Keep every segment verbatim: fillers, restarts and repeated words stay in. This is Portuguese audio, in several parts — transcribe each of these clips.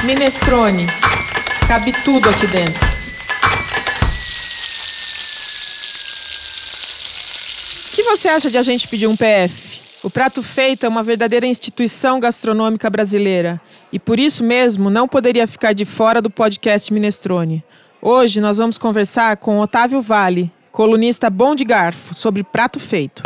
Minestrone. Cabe tudo aqui dentro. O que você acha de a gente pedir um P F? O Prato Feito é uma verdadeira instituição gastronômica brasileira e por isso mesmo não poderia ficar de fora do podcast Minestrone. Hoje nós vamos conversar com Otávio Vale, colunista Bom de Garfo, sobre Prato Feito.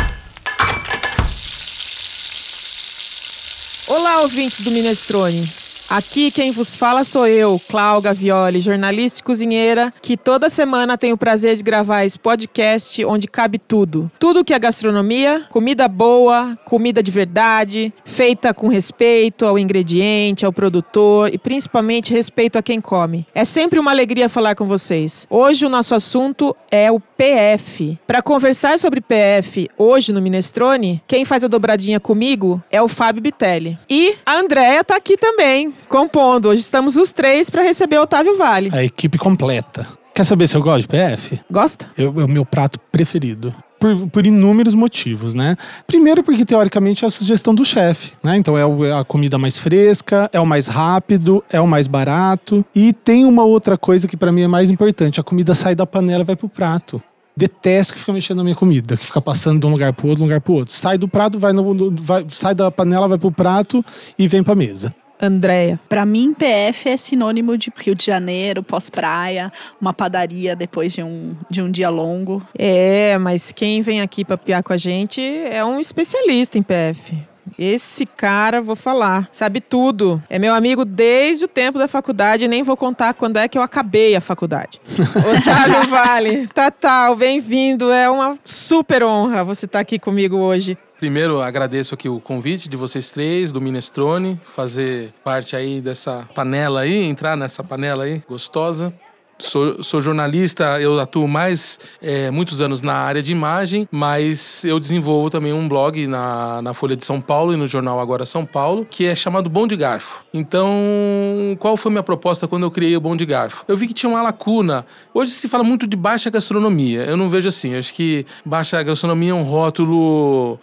Olá, ouvintes do Minestrone. Aqui quem vos fala sou eu, Clau Gavioli, jornalista e cozinheira, que toda semana tenho o prazer de gravar esse podcast onde cabe tudo. Tudo que é gastronomia, comida boa, comida de verdade, feita com respeito ao ingrediente, ao produtor e principalmente respeito a quem come. É sempre uma alegria falar com vocês. Hoje o nosso assunto é o P F. Para conversar sobre P F hoje no Minestrone, quem faz a dobradinha comigo é o Fábio Bitelli. E a Andréia tá aqui também, compondo. Hoje estamos os três para receber o Otávio Vale. A equipe completa. Quer saber se eu gosto de P F? Gosta? Eu, é o meu prato preferido. Por, por inúmeros motivos, né? Primeiro porque, teoricamente, é a sugestão do chefe, né? Então é, o, é a comida mais fresca, é o mais rápido, é o mais barato. E tem uma outra coisa que pra mim é mais importante. A comida sai da panela e vai pro prato. Detesto que fica mexendo na minha comida, que fica passando de um lugar pro outro, de um lugar pro outro. Sai do prato, vai no, vai, sai da panela, vai pro prato e vem pra mesa. Andréia. Pra mim, P F é sinônimo de Rio de Janeiro, pós-praia, uma padaria depois de um, de um dia longo. É, mas quem vem aqui papear com a gente é um especialista em P F. Esse cara, vou falar, sabe tudo. É meu amigo desde o tempo da faculdade e nem vou contar quando é que eu acabei a faculdade. Otávio Vale, Tatal, bem-vindo. É uma super honra você estar aqui comigo hoje. Primeiro, agradeço aqui o convite de vocês três, do Minestrone, fazer parte aí dessa panela aí, entrar nessa panela aí, gostosa. Sou, sou jornalista, eu atuo mais é, muitos anos na área de imagem, mas eu desenvolvo também um blog na, na Folha de São Paulo e no jornal Agora São Paulo, que é chamado Bom de Garfo. Então, qual foi a minha proposta quando eu criei o Bom de Garfo? Eu vi que tinha uma lacuna. Hoje se fala muito de baixa gastronomia. Eu não vejo assim. Acho que baixa gastronomia é um rótulo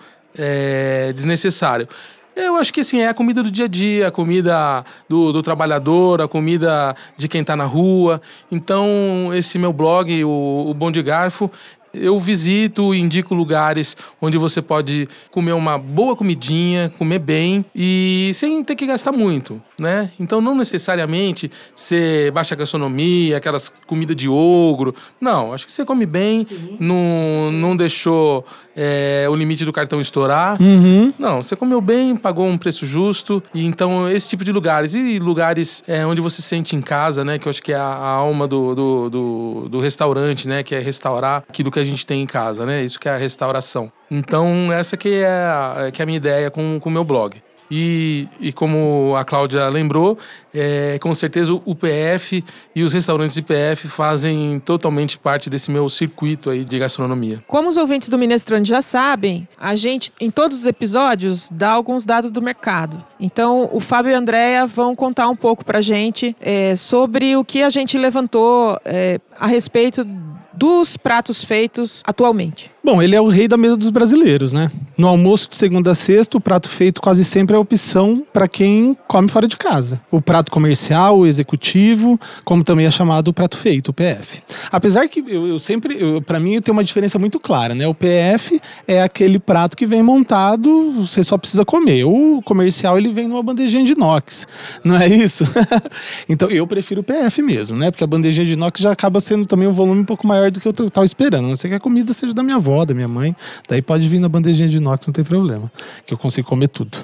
é, desnecessário. Eu acho que assim, é a comida do dia a dia, a comida do, do trabalhador, a comida de quem tá na rua. Então, esse meu blog, o, o Bom de Garfo, eu visito e indico lugares onde você pode comer uma boa comidinha, comer bem e sem ter que gastar muito, né? Então não necessariamente ser baixa gastronomia, aquelas comidas de ogro. Não, acho que você come bem, não, não deixou é, o limite do cartão estourar. Uhum. Não, você comeu bem, pagou um preço justo. E então esse tipo de lugares. E lugares é, onde você se sente em casa, né? Que eu acho que é a, a alma do, do, do, do restaurante, né? Que é restaurar aquilo que a gente tem em casa, né? Isso que é a restauração. Então, essa que é a, que é a minha ideia com o meu blog. E, e como a Cláudia lembrou, é, com certeza o P F e os restaurantes de P F fazem totalmente parte desse meu circuito aí de gastronomia. Como os ouvintes do Minestrone já sabem, a gente, em todos os episódios, dá alguns dados do mercado. Então, o Fábio e a Andréia vão contar um pouco pra gente é, sobre o que a gente levantou é, a respeito dos pratos feitos atualmente. Bom, ele é o rei da mesa dos brasileiros, né? No almoço de segunda a sexta, o prato feito quase sempre é a opção para quem come fora de casa. O prato comercial, o executivo, como também é chamado o prato feito, o P F. Apesar que eu, eu sempre, para mim, tem uma diferença muito clara, né? O P F é aquele prato que vem montado, você só precisa comer. O comercial, ele vem numa bandejinha de inox, não é isso? Então, eu prefiro o P F mesmo, né? Porque a bandejinha de inox já acaba sendo também um volume um pouco maior do que eu estava esperando. A não ser que a comida seja da minha avó, da minha mãe, daí pode vir na bandejinha de inox, não tem problema, que eu consigo comer tudo.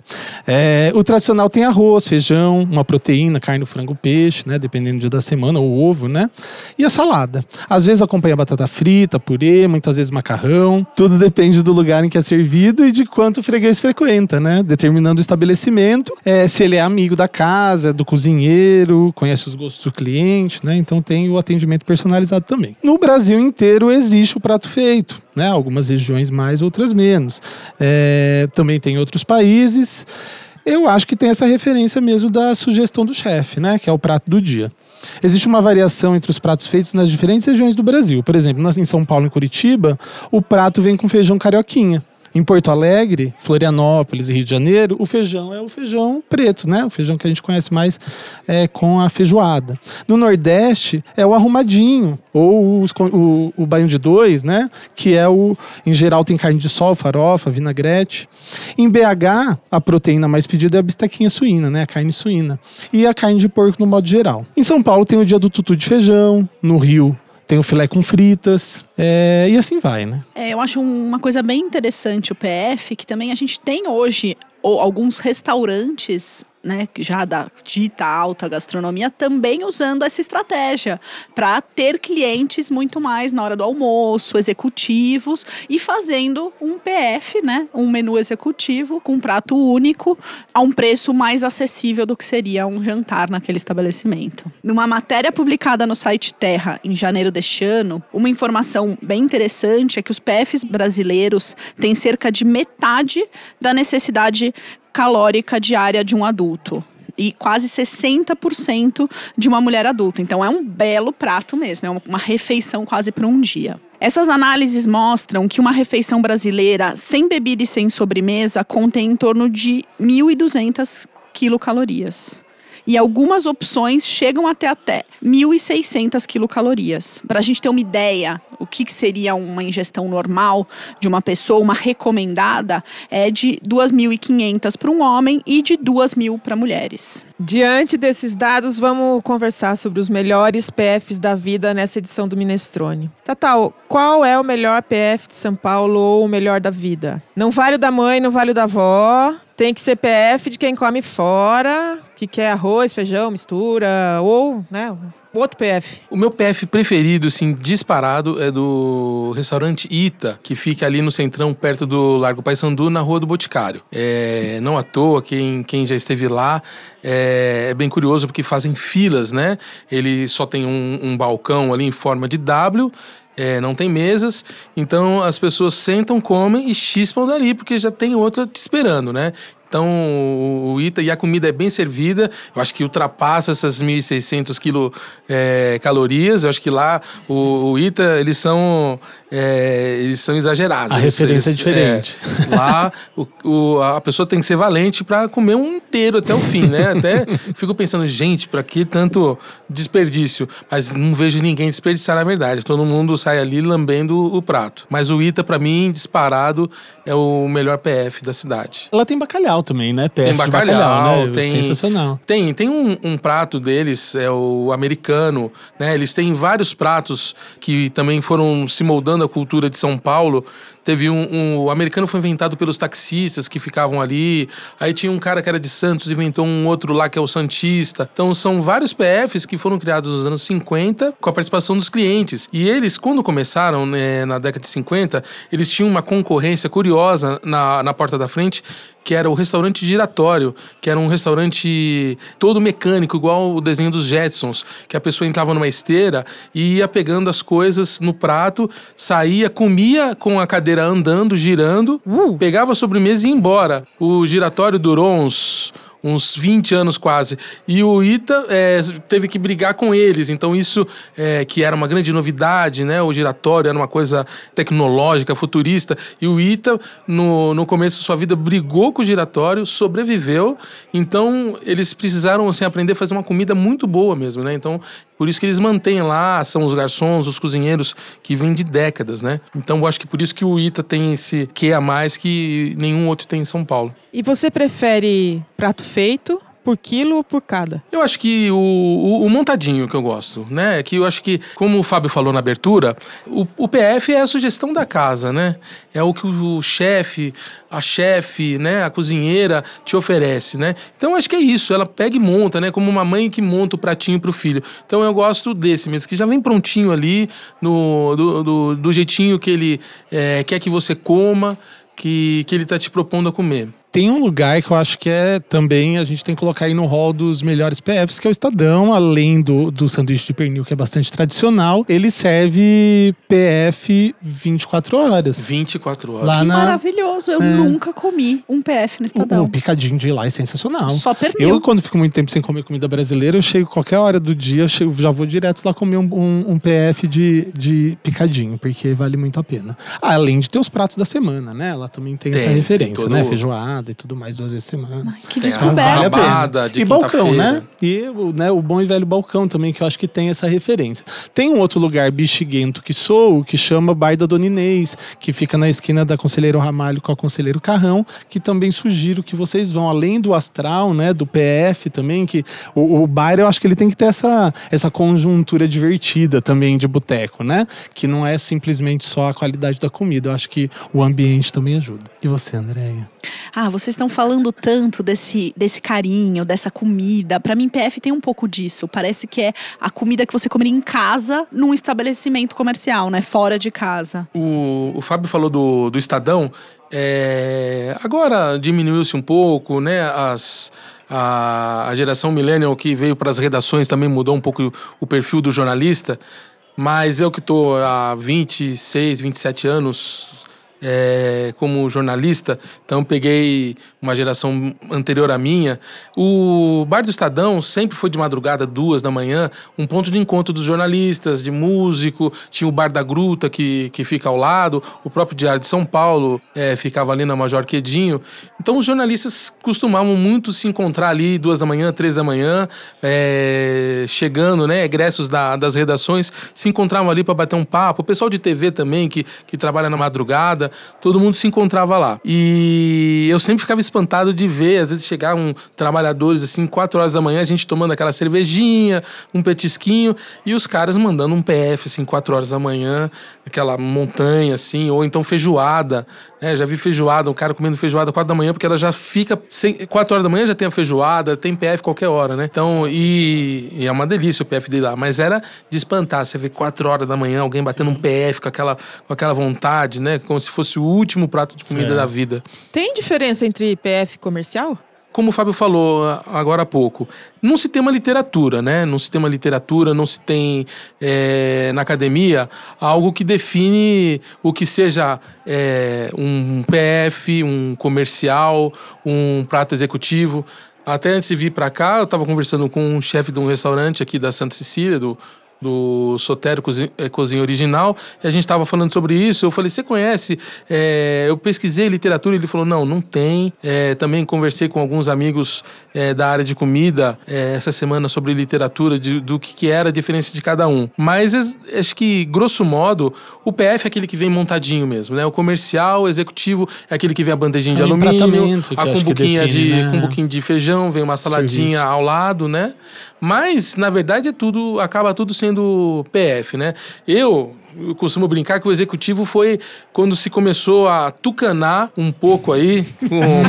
É, o tradicional tem arroz, feijão, uma proteína, carne, frango, peixe, né, dependendo do dia da semana, ou ovo, né, e a salada. Às vezes acompanha batata frita, purê, muitas vezes macarrão, tudo depende do lugar em que é servido e de quanto o freguês frequenta, né, determinando o estabelecimento, é, se ele é amigo da casa, do cozinheiro, conhece os gostos do cliente, né, então tem o atendimento personalizado também. No Brasil inteiro existe o prato feito, né? Algumas regiões mais, outras menos. É, também tem outros países. Eu acho que tem essa referência mesmo da sugestão do chefe, né? Que é o prato do dia. Existe uma variação entre os pratos feitos nas diferentes regiões do Brasil. Por exemplo, em São Paulo e Curitiba, o prato vem com feijão carioquinha. Em Porto Alegre, Florianópolis e Rio de Janeiro, o feijão é o feijão preto, né? O feijão que a gente conhece mais é, com a feijoada. No Nordeste, é o arrumadinho, ou os, o, o baião de dois, né? Que é o, em geral, tem carne de sol, farofa, vinagrete. Em B H, a proteína mais pedida é a bistequinha suína, né? A carne suína. E a carne de porco no modo geral. Em São Paulo tem o dia do tutu de feijão, no Rio tem o filé com fritas, é, e assim vai, né? É, eu acho uma coisa bem interessante o P F, que também a gente tem hoje ou, alguns restaurantes, né, já da dita alta gastronomia, também usando essa estratégia para ter clientes muito mais na hora do almoço, executivos, e fazendo um P F, né, um menu executivo com um prato único a um preço mais acessível do que seria um jantar naquele estabelecimento. Numa matéria publicada no site Terra em janeiro deste ano, uma informação bem interessante é que os P Fs brasileiros têm cerca de metade da necessidade calórica diária de um adulto e quase sessenta por cento de uma mulher adulta. Então é um belo prato mesmo, é uma refeição quase para um dia. Essas análises mostram que uma refeição brasileira sem bebida e sem sobremesa contém em torno de mil e duzentas quilocalorias. E algumas opções chegam até até mil e seiscentas quilocalorias. Para a gente ter uma ideia, o que, que seria uma ingestão normal de uma pessoa, uma recomendada, é de duas mil e quinhentas para um homem e de duas mil para mulheres. Diante desses dados, vamos conversar sobre os melhores P Fs da vida nessa edição do Minestrone. Tatá, qual é o melhor P F de São Paulo ou o melhor da vida? Não vale o da mãe, não vale o da avó. Tem que ser P F de quem come fora, que quer arroz, feijão, mistura, ou, né, outro P F. O meu P F preferido, assim, disparado, é do restaurante Ita, que fica ali no centrão, perto do Largo Paissandu, na Rua do Boticário. É, não à toa, quem, quem já esteve lá, é, é bem curioso, porque fazem filas, né? Ele só tem um, um balcão ali em forma de W, É, não tem mesas, então as pessoas sentam, comem e chispam dali, porque já tem outra te esperando, né? Então, o Ita, e a comida é bem servida, eu acho que ultrapassa essas mil e seiscentas quilocalorias, eu acho que lá o, o Ita, eles são, é, eles são exagerados. A eles, referência eles, é diferente. É, lá, o, o, a pessoa tem que ser valente para comer um inteiro até o fim, né? Até fico pensando, gente, para que tanto desperdício? Mas não vejo ninguém desperdiçar, na verdade. Todo mundo sai ali lambendo o prato. Mas o Ita, para mim, disparado, é o melhor P F da cidade. Ela tem bacalhau também, né? P F tem bacalhau, bacalhau, né? tem... Sensacional. Tem, tem um, um prato deles, é o americano, né? Eles têm vários pratos que também foram se moldando a cultura de São Paulo. Teve um, um... O americano foi inventado pelos taxistas que ficavam ali. Aí tinha um cara que era de Santos, inventou um outro lá que é o Santista. Então são vários P Fs que foram criados nos anos cinquenta com a participação dos clientes. E eles, quando começaram, né, na década de cinquenta, eles tinham uma concorrência curiosa na, na porta da frente, que era o restaurante giratório, que era um restaurante todo mecânico, igual o desenho dos Jetsons, que a pessoa entrava numa esteira e ia pegando as coisas no prato, saía, comia com a cadeira andando, girando, uh. pegava a sobremesa e ia embora. O giratório durou uns... uns vinte anos quase, e o Ita é, teve que brigar com eles, então isso é, que era uma grande novidade, né? O giratório era uma coisa tecnológica, futurista, e o Ita no, no começo da sua vida brigou com o giratório, sobreviveu, então eles precisaram assim, aprender a fazer uma comida muito boa mesmo, né? Então por isso que eles mantêm lá, são os garçons, os cozinheiros que vêm de décadas, né? Então eu acho que por isso que o Ita tem esse quê a mais que nenhum outro tem em São Paulo. E você prefere prato feito por quilo ou por cada? Eu acho que o, o, o montadinho que eu gosto, né? Que eu acho que, como o Fábio falou na abertura, o, o P F é a sugestão da casa, né? É o que o chefe, a chefe, né? A cozinheira te oferece, né? Então eu acho que é isso, ela pega e monta, né? Como uma mãe que monta o pratinho pro filho. Então eu gosto desse mesmo, que já vem prontinho ali, no, do, do, do jeitinho que ele é, quer que você coma, que, que ele tá te propondo a comer. Tem um lugar que eu acho que é também, a gente tem que colocar aí no hall dos melhores P Fs, que é o Estadão, além do, do sanduíche de pernil, que é bastante tradicional, ele serve P F vinte e quatro horas. vinte e quatro horas. Lá Que na- maravilhoso. Eu É. nunca comi um P F no O, Estadão. o picadinho de lá é sensacional. Só pernil. Eu, quando fico muito tempo sem comer comida brasileira, eu chego qualquer hora do dia, eu chego- já vou direto lá comer um, um, um P F de, de picadinho, porque vale muito a pena. Ah, além de ter os pratos da semana, né? Ela também tem, Tem, essa tem referência, todo né? o- Feijoada e tudo mais duas vezes por semana. Ai, que Tem a descoberta. Vale a pena. rabada de E balcão, quinta-feira. né? E o, né, o bom e velho balcão também, que eu acho que tem essa referência. Tem um outro lugar bexiguento que sou, que chama Bar da Dona Inês, que fica na esquina da Conselheiro Ramalho com a Conselheiro Carrão, que também sugiro que vocês vão. Além do astral, né, do P F também, que o, o bar eu acho que ele tem que ter essa, essa conjuntura divertida também de boteco, né? Que não é simplesmente só a qualidade da comida. Eu acho que o ambiente também ajuda. E você, Andréia? Ah, vocês estão falando tanto desse, desse carinho, dessa comida. Pra mim, P F tem um pouco disso. Parece que é a comida que você comeria em casa, num estabelecimento comercial, né? Fora de casa. O, o Fábio falou do, do Estadão. É, agora diminuiu-se um pouco, né? As, a, a geração millennial que veio para as redações também mudou um pouco o, o perfil do jornalista. Mas eu que estou há vinte e seis, vinte e sete anos é, como jornalista, então peguei uma geração anterior à minha. O Bar do Estadão sempre foi de madrugada, duas da manhã, um ponto de encontro dos jornalistas, de músico. Tinha o Bar da Gruta, que, que fica ao lado. O próprio Diário de São Paulo é, ficava ali na Major Quedinho. Então os jornalistas costumavam muito se encontrar ali duas da manhã, três da manhã, é, chegando, né, egressos da, das redações, se encontravam ali para bater um papo. O pessoal de T V também, que, que trabalha na madrugada, todo mundo se encontrava lá. E eu sempre ficava espantado de ver, às vezes chegavam trabalhadores assim, quatro horas da manhã, a gente tomando aquela cervejinha, um petisquinho, e os caras mandando um P F, assim, quatro horas da manhã, aquela montanha, assim, ou então feijoada, né? Já vi feijoada, um cara comendo feijoada quatro da manhã, porque ela já fica, sem, quatro horas da manhã já tem a feijoada, tem P F qualquer hora, né? Então, e, e é uma delícia o P F dele lá, mas era de espantar, você vê quatro horas da manhã, alguém batendo um P F com aquela, com aquela vontade, né? Como se fosse o último prato de comida É. da vida. Tem diferença entre P F comercial? Como o Fábio falou agora há pouco, não se tem uma literatura, né? Não se tem uma literatura, não se tem é, na academia algo que define o que seja é, um P F, um comercial, um prato executivo. Até antes de vir para cá, eu estava conversando com um chefe de um restaurante aqui da Santa Cecília, do do Sotério Cozinha, Cozinha Original, e a gente estava falando sobre isso. Eu falei, você conhece? É, eu pesquisei literatura, ele falou, não, não tem. É, também conversei com alguns amigos é, da área de comida é, essa semana sobre literatura, de, do que, que era a diferença de cada um. Mas acho que, grosso modo, o P F é aquele que vem montadinho mesmo, né? O comercial, o executivo é aquele que vem a bandejinha de É o alumínio, empratamento que a eu acho que cumbuquinha, define, de, né? cumbuquinho de feijão, vem uma saladinha Serviço. ao lado, né? Mas, na verdade, é tudo, acaba tudo sendo P F, né? Eu, eu costumo brincar que o executivo foi quando se começou a tucanar um pouco aí. Com...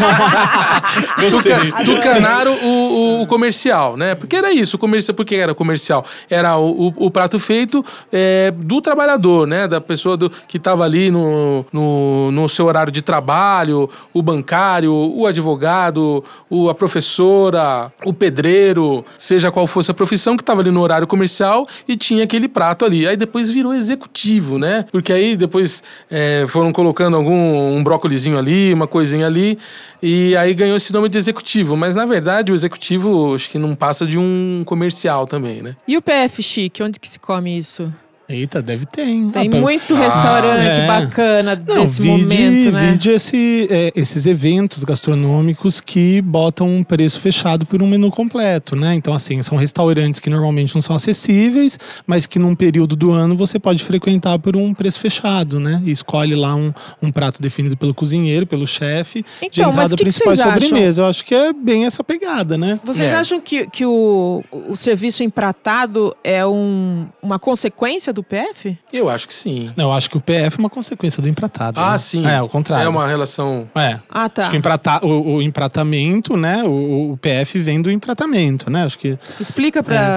Tuca, tucanar o, o, o comercial, né? Porque era isso, o comercial, por que era comercial? Era o, o, o prato feito é, do trabalhador, né? Da pessoa do, que estava ali no, no, no seu horário de trabalho, o bancário, o advogado, o, a professora, o pedreiro, seja qual fosse a profissão, que estava ali no horário comercial e tinha aquele prato ali. Aí depois virou executivo, né? Porque aí depois é, foram colocando algum um brócolizinho ali, uma coisinha ali, e aí ganhou esse nome de executivo. Mas na verdade o executivo acho que não passa de um comercial também, né? E o P F chique, onde que se come isso? Eita, deve ter, hein? Tem Ah, pra- muito Ah, restaurante é. bacana Não, desse vide, momento, né? vide esse, é, esses eventos gastronômicos que botam um preço fechado por um menu completo, né? Então, assim, são restaurantes que normalmente não são acessíveis, mas que num período do ano você pode frequentar por um preço fechado, né? E escolhe lá um, um prato definido pelo cozinheiro, pelo chefe, de Então, mas entrada o que que principal e vocês acham? sobremesa. Eu acho que é bem essa pegada, né? Vocês É. acham que, que o, o serviço empratado é um, uma consequência do P F? Eu acho que sim. Não, eu acho que o P F é uma consequência do empratado. Ah, né? sim. É, ao contrário. É uma relação... É. Ah, tá. Acho que o, emprata, o, o empratamento, né? O, o P F vem do empratamento, né? Acho que Explica pra,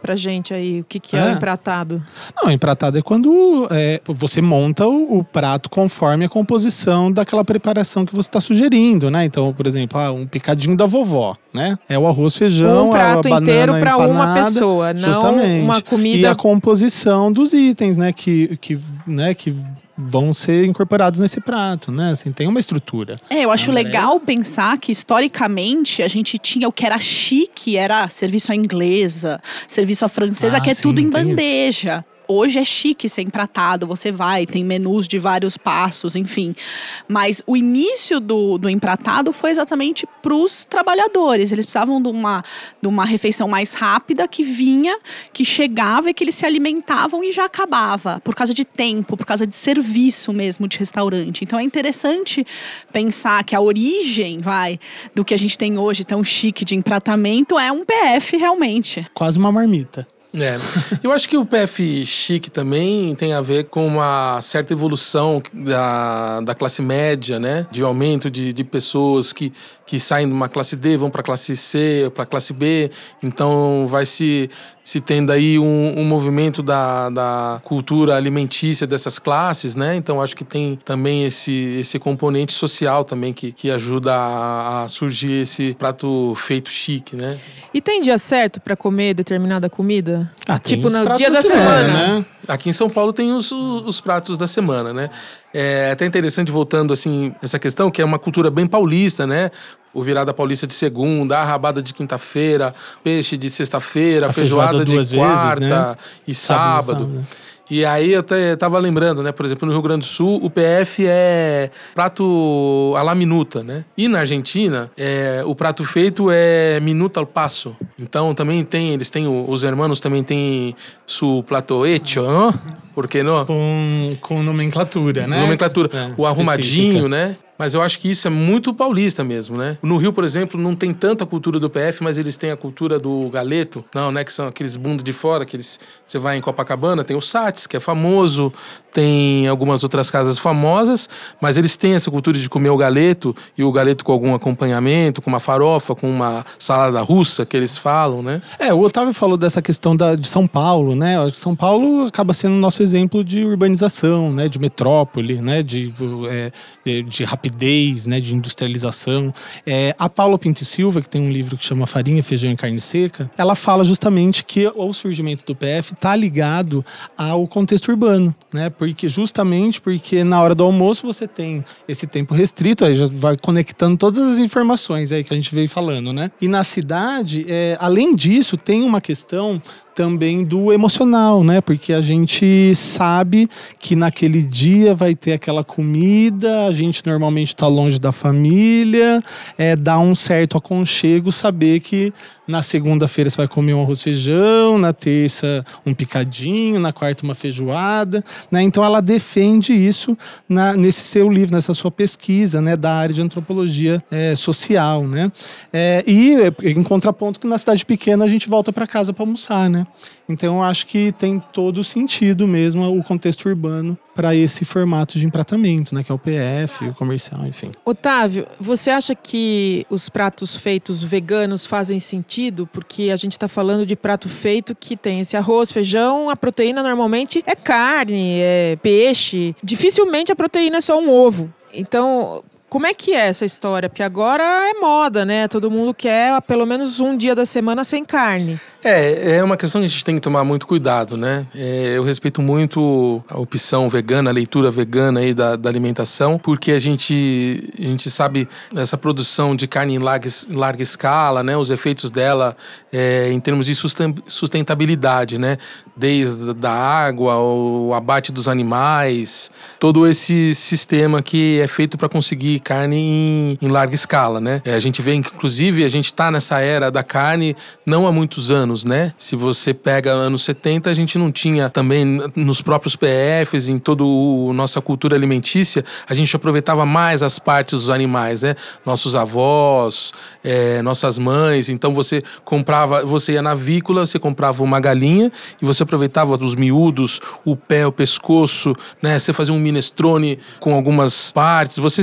pra gente aí o que, que é, É. o empratado. Não, empratado é quando é, você monta o, o prato conforme a composição daquela preparação que você está sugerindo, né? Então, por exemplo, ah, um picadinho da vovó, né? É o arroz, feijão, Um prato a banana inteiro pra uma empanada, pessoa, não justamente. uma comida- E a composição dos itens, né? Que, que, né? que vão ser incorporados nesse prato, né? Assim, tem uma estrutura. É, eu acho André? legal pensar que, historicamente, a gente tinha o que era chique, era serviço à inglesa, serviço à francesa, Ah, que é sim, tudo em tem isso. bandeja. Hoje é chique ser empratado, você vai, tem menus de vários passos, enfim. Mas o início do, do empratado foi exatamente para os trabalhadores. Eles precisavam de uma, de uma refeição mais rápida que vinha, que chegava e que eles se alimentavam e já acabava. Por causa de tempo, por causa de serviço mesmo de restaurante. Então é interessante pensar que a origem, vai, do que a gente tem hoje tão chique de empratamento é um P F realmente. Quase uma marmita. É. Eu acho que o P F chique também tem a ver com uma certa evolução da, da classe média, né? De aumento de, de pessoas que, que saem de uma classe D, vão para a classe C, para a classe B. Então vai se, se tendo aí um, um movimento da, da cultura alimentícia dessas classes, né? Então acho que tem também esse, esse componente social também que, que ajuda a, a surgir esse prato feito chique, né? E tem dia certo pra comer determinada comida? Ah, tem Tipo, os no pratos dia da semana. né? Aqui em São Paulo tem os, os pratos da semana, né? É até interessante, voltando assim, essa questão, que é uma cultura bem paulista, né? O virada paulista de segunda, a rabada de quinta-feira, peixe de sexta-feira, A feijoada, feijoada de duas quarta vezes, né? e sábado. Sábado, sábado. E aí eu até tava lembrando, né? Por exemplo, no Rio Grande do Sul, o P F é prato à la minuta, né? E na Argentina, é, o prato feito é minuta al passo. Então também tem, eles têm, os hermanos também têm su plato hecho, não? Por que não? Com, com nomenclatura, né? Nomenclatura. É, O arrumadinho, específica. né? Mas eu acho que isso é muito paulista mesmo, né? No Rio, por exemplo, não tem tanta cultura do P F, mas eles têm a cultura do galeto, não, né? Que são aqueles bundos de fora, que eles, você vai em Copacabana, tem o Satis, que é famoso, tem algumas outras casas famosas, mas eles têm essa cultura de comer o galeto, e o galeto com algum acompanhamento, com uma farofa, com uma salada russa, que eles falam, né? É, o Otávio falou dessa questão da, de São Paulo, né? Acho que São Paulo acaba sendo o nosso exemplo de urbanização, né? De metrópole, né? De, é, de, de rapidez, né? De industrialização. É, a Paula Pinto e Silva, que tem um livro que chama Farinha, Feijão e Carne Seca, ela fala justamente que o surgimento do P F está ligado ao contexto urbano, né? Porque justamente porque na hora do almoço você tem esse tempo restrito, aí já vai conectando todas as informações aí que a gente veio falando, né? E na cidade, é, além disso, tem uma questão também do emocional, né? Porque a gente sabe que naquele dia vai ter aquela comida, a gente normalmente está longe da família, é, dá um certo aconchego saber que na segunda-feira você vai comer um arroz e feijão, na terça um picadinho, na quarta uma feijoada, né? Então ela defende isso na, nesse seu livro, nessa sua pesquisa, né? Da área de antropologia é, social, né? É, e em contraponto que na cidade pequena a gente volta para casa para almoçar, né? Então eu acho que tem todo o sentido mesmo o contexto urbano para esse formato de empratamento, né? Que é o P F, o comercial, enfim. Otávio, você acha que os pratos feitos veganos fazem sentido? Porque a gente está falando de prato feito que tem esse arroz, feijão, a proteína normalmente é carne, é peixe. Dificilmente a proteína é só um ovo. Então, como é que é essa história? Porque agora é moda, né? Todo mundo quer pelo menos um dia da semana sem carne. É, é uma questão que a gente tem que tomar muito cuidado, né? É, eu respeito muito a opção vegana, a leitura vegana aí da, da alimentação, porque a gente, a gente sabe essa produção de carne em larga, em larga escala, né? Os efeitos dela é, em termos de sustentabilidade, né? Desde da água, o abate dos animais, todo esse sistema que é feito para conseguir carne em, em larga escala, né? É, a gente vê, inclusive, a gente está nessa era da carne não há muitos anos, né? Se você pega anos setenta, a gente não tinha também nos próprios P Fs, em toda a nossa cultura alimentícia, a gente aproveitava mais as partes dos animais, né? Nossos avós, é, nossas mães, então você comprava, você ia na avícola, você comprava uma galinha e você aproveitava os miúdos, o pé, o pescoço, né? Você fazia um minestrone com algumas partes, você sempre aproveitava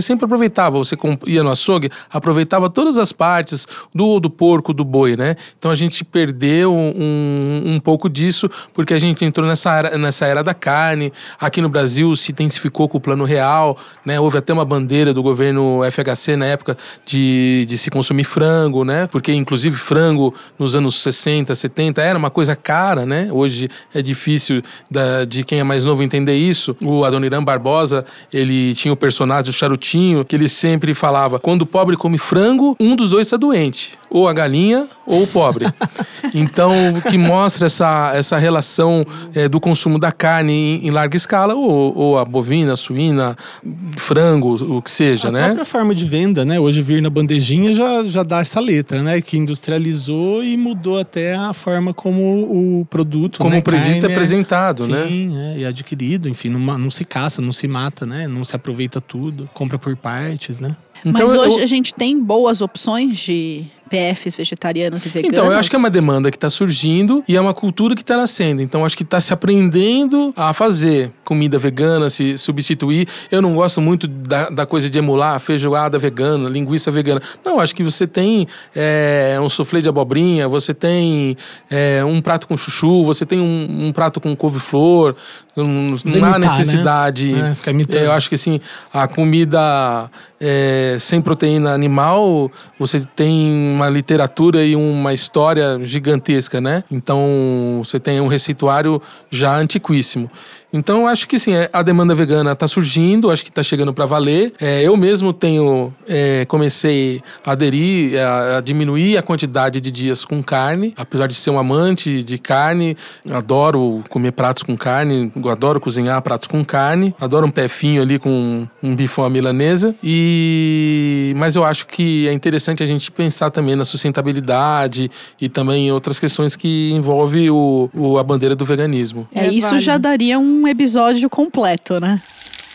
aproveitava, você ia no açougue, aproveitava todas as partes do, do porco, do boi, né? Então a gente perdeu um, um pouco disso, porque a gente entrou nessa era, nessa era da carne. Aqui no Brasil se intensificou com o Plano Real, né? Houve até uma bandeira do governo F H C na época de, de se consumir frango, né? Porque inclusive frango nos anos sessenta, setenta era uma coisa cara, né? Hoje é difícil da, de quem é mais novo entender isso. O Adoniran Barbosa, ele tinha o personagem do Charutinho, que ele sempre falava: quando o pobre come frango, um dos dois está doente. Ou a galinha ou o pobre. Então, que mostra essa, essa relação é, do consumo da carne em, em larga escala, ou, ou a bovina, a suína, frango, o que seja, a né? A própria forma de venda, né? Hoje vir na bandejinha já, já dá essa letra, né? Que industrializou e mudou até a forma como o produto, como né? o produto é apresentado, sim, né? Sim, é, e adquirido, enfim, não, não se caça, não se mata, né? Não se aproveita tudo, compra por partes, né? Então, Mas hoje eu... a gente tem boas opções de P Fs vegetarianos e veganos? Então, eu acho que é uma demanda que está surgindo e é uma cultura que está nascendo. Então, acho que está se aprendendo a fazer comida vegana, se substituir. Eu não gosto muito da, da coisa de emular feijoada vegana, linguiça vegana. Não, acho que você tem é, um soufflé de abobrinha, você tem é, um prato com chuchu, você tem um, um prato com couve-flor. Não, não imitar, há necessidade. Né? É, fica imitando. Eu acho que assim, a comida é, sem proteína animal, você tem uma literatura e uma história gigantesca, né? Então, você tem um receituário já antiquíssimo. Então, eu acho que sim, a demanda vegana está surgindo, acho que está chegando para valer. É, eu mesmo tenho, é, comecei a aderir, a, a diminuir a quantidade de dias com carne, apesar de ser um amante de carne, adoro comer pratos com carne, adoro cozinhar pratos com carne, adoro um pefinho ali com um bifão à milanesa, e... mas eu acho que é interessante a gente pensar também na sustentabilidade e também em outras questões que envolvem o, o, a bandeira do veganismo. É, isso válido. Já daria um episódio completo, né?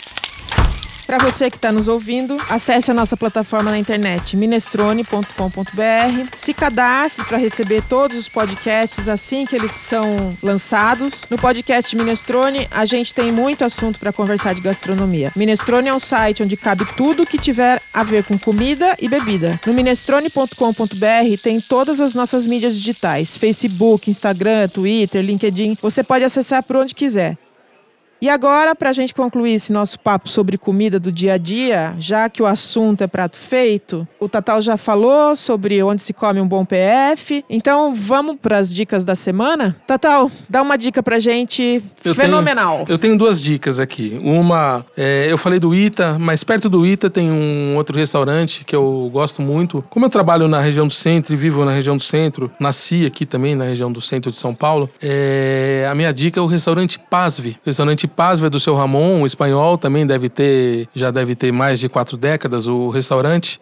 Para você que está nos ouvindo, acesse a nossa plataforma na internet minestrone ponto com ponto b r, se cadastre para receber todos os podcasts assim que eles são lançados. No podcast Minestrone, a gente tem muito assunto para conversar de gastronomia. Minestrone é um site onde cabe tudo que tiver a ver com comida e bebida. No minestrone ponto com ponto b r tem todas as nossas mídias digitais: Facebook, Instagram, Twitter, LinkedIn. Você pode acessar por onde quiser. E agora, para a gente concluir esse nosso papo sobre comida do dia a dia, já que o assunto é prato feito, o Tatal já falou sobre onde se come um bom P F, então vamos para as dicas da semana? Tatal, dá uma dica pra gente eu fenomenal. Tenho, eu tenho duas dicas aqui. Uma, é, eu falei do Ita, mas perto do Ita tem um outro restaurante que eu gosto muito. Como eu trabalho na região do centro e vivo na região do centro, nasci aqui também na região do centro de São Paulo, é, a minha dica é o restaurante Pazvi. Restaurante Pazvi do seu Ramon, um espanhol, também deve ter, já deve ter mais de quatro décadas o restaurante.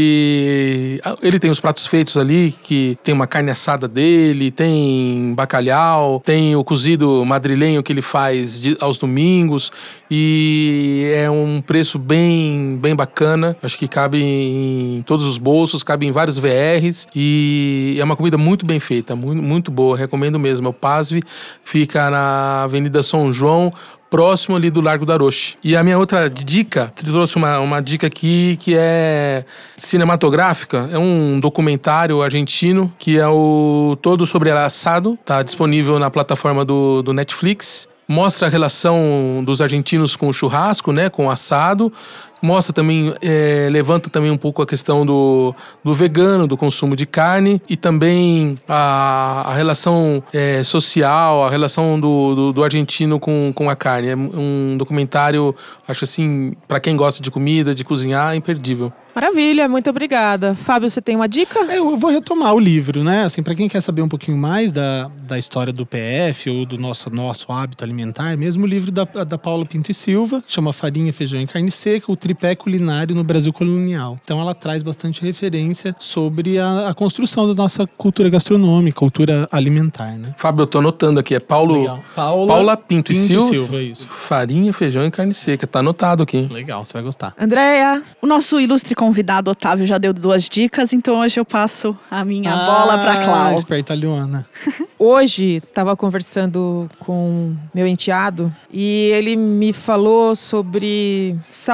E ele tem os pratos feitos ali, que tem uma carne assada dele, tem bacalhau, tem o cozido madrilenho que ele faz de, aos domingos. E é um preço bem, bem bacana. Acho que cabe em todos os bolsos, cabe em vários V Rs. E é uma comida muito bem feita, muito, muito boa. Recomendo mesmo. É o Pazvi, fica na Avenida São João, próximo ali do Largo da Roche. E a minha outra dica, trouxe uma, uma dica aqui que é cinematográfica, é um documentário argentino que é o Todo Sobre el Asado, tá disponível na plataforma do, do Netflix. Mostra a relação dos argentinos com o churrasco, né, com o assado. Mostra também, é, levanta também um pouco a questão do, do vegano, do consumo de carne e também a, a relação é, social, a relação do, do, do argentino com, com a carne. É um documentário, acho assim, para quem gosta de comida, de cozinhar, imperdível. Maravilha, muito obrigada. Fábio, você tem uma dica? Eu vou retomar o livro, né? Assim, para quem quer saber um pouquinho mais da, da história do P F ou do nosso, nosso hábito alimentar, mesmo o livro da, da Paula Pinto e Silva, que chama Farinha, Feijão e Carne Seca, o tripé culinário no Brasil colonial. Então ela traz bastante referência sobre a, a construção da nossa cultura gastronômica, cultura alimentar, né? Fábio, eu tô anotando aqui, é Paulo, Paula, Paula Pinto, Pinto e Silva, Silva isso. Farinha, Feijão e Carne Seca. Tá anotado aqui. Legal, você vai gostar. Andréia? O nosso ilustre convidado Otávio já deu duas dicas, então hoje eu passo a minha ah, bola para Clau. Esperta Luana. Hoje estava conversando com meu enteado e ele me falou sobre Saul Galvão.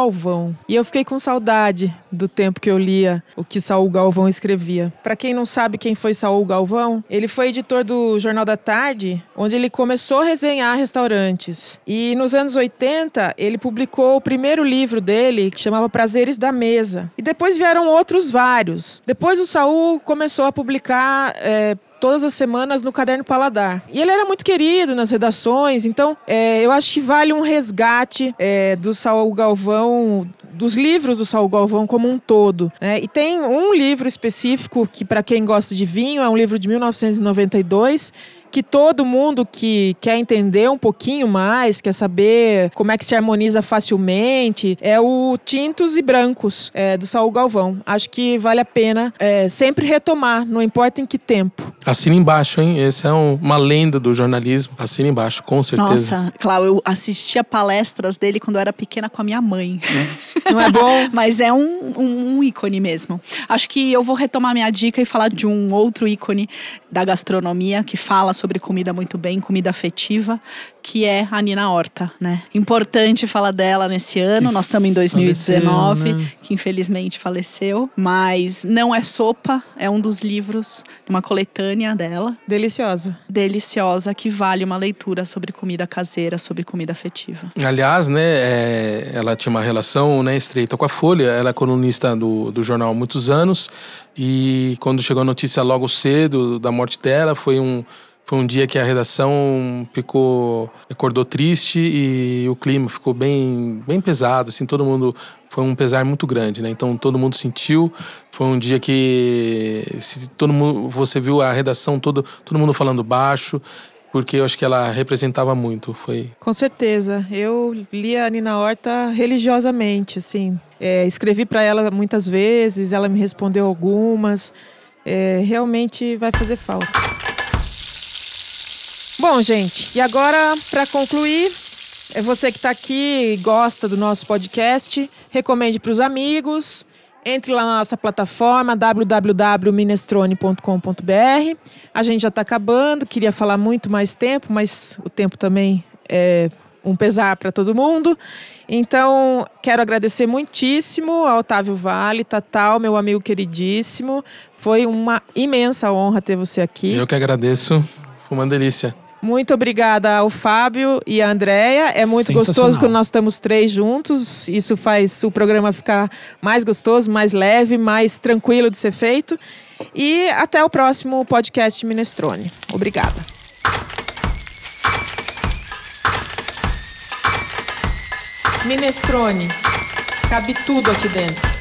Galvão. E eu fiquei com saudade do tempo que eu lia o que Saul Galvão escrevia. Para quem não sabe quem foi Saul Galvão, ele foi editor do Jornal da Tarde, onde ele começou a resenhar restaurantes. E nos anos oitenta, ele publicou o primeiro livro dele, que chamava Prazeres da Mesa. E depois vieram outros vários. Depois o Saul começou a publicar... É, todas as semanas no Caderno Paladar. E ele era muito querido nas redações, então é, eu acho que vale um resgate é, do Saul Galvão, dos livros do Saul Galvão como um todo. Né? E tem um livro específico que, para quem gosta de vinho, é um livro de mil novecentos e noventa e dois, que todo mundo que quer entender um pouquinho mais, quer saber como é que se harmoniza facilmente, é o Tintos e Brancos, é, do Saul Galvão. Acho que vale a pena é, sempre retomar, não importa em que tempo. Assina embaixo, hein? Esse é um, uma lenda do jornalismo. Assina embaixo, com certeza. Nossa, Cláudio, eu assistia palestras dele quando eu era pequena com a minha mãe. Não é bom? Mas é um, um, um ícone mesmo. Acho que eu vou retomar minha dica e falar de um outro ícone da gastronomia que fala sobre comida muito bem, comida afetiva, que é a Nina Horta, né? Importante falar dela nesse ano, que nós estamos em dois mil e dezenove, faleceu, né? Que infelizmente faleceu, mas não é sopa, é um dos livros, uma coletânea dela. Deliciosa. Deliciosa, que vale uma leitura sobre comida caseira, sobre comida afetiva. Aliás, né, é, ela tinha uma relação, né, estreita com a Folha, ela é colunista do, do jornal há muitos anos, e quando chegou a notícia logo cedo da morte dela, foi um... Foi um dia que a redação ficou, acordou triste e o clima ficou bem, bem pesado, assim, todo mundo, foi um pesar muito grande, né? Então todo mundo sentiu, foi um dia que se, todo mundo, você viu a redação toda, todo mundo falando baixo, porque eu acho que ela representava muito, foi... Com certeza, eu li a Nina Horta religiosamente, assim, é, escrevi para ela muitas vezes, ela me respondeu algumas, é, realmente vai fazer falta. Bom, gente, e agora, para concluir, é você que está aqui e gosta do nosso podcast, recomende para os amigos, entre lá na nossa plataforma w w w ponto minestrone ponto com ponto b r. A gente já está acabando, queria falar muito mais tempo, mas o tempo também é um pesar para todo mundo. Então, quero agradecer muitíssimo ao Otávio Vale, Tatal, meu amigo queridíssimo. Foi uma imensa honra ter você aqui. Eu que agradeço, foi uma delícia. Muito obrigada ao Fábio e à Andréia. É muito gostoso quando nós estamos três juntos. Isso faz o programa ficar mais gostoso, mais leve, mais tranquilo de ser feito. E até o próximo podcast Minestrone. Obrigada. Minestrone. Cabe tudo aqui dentro.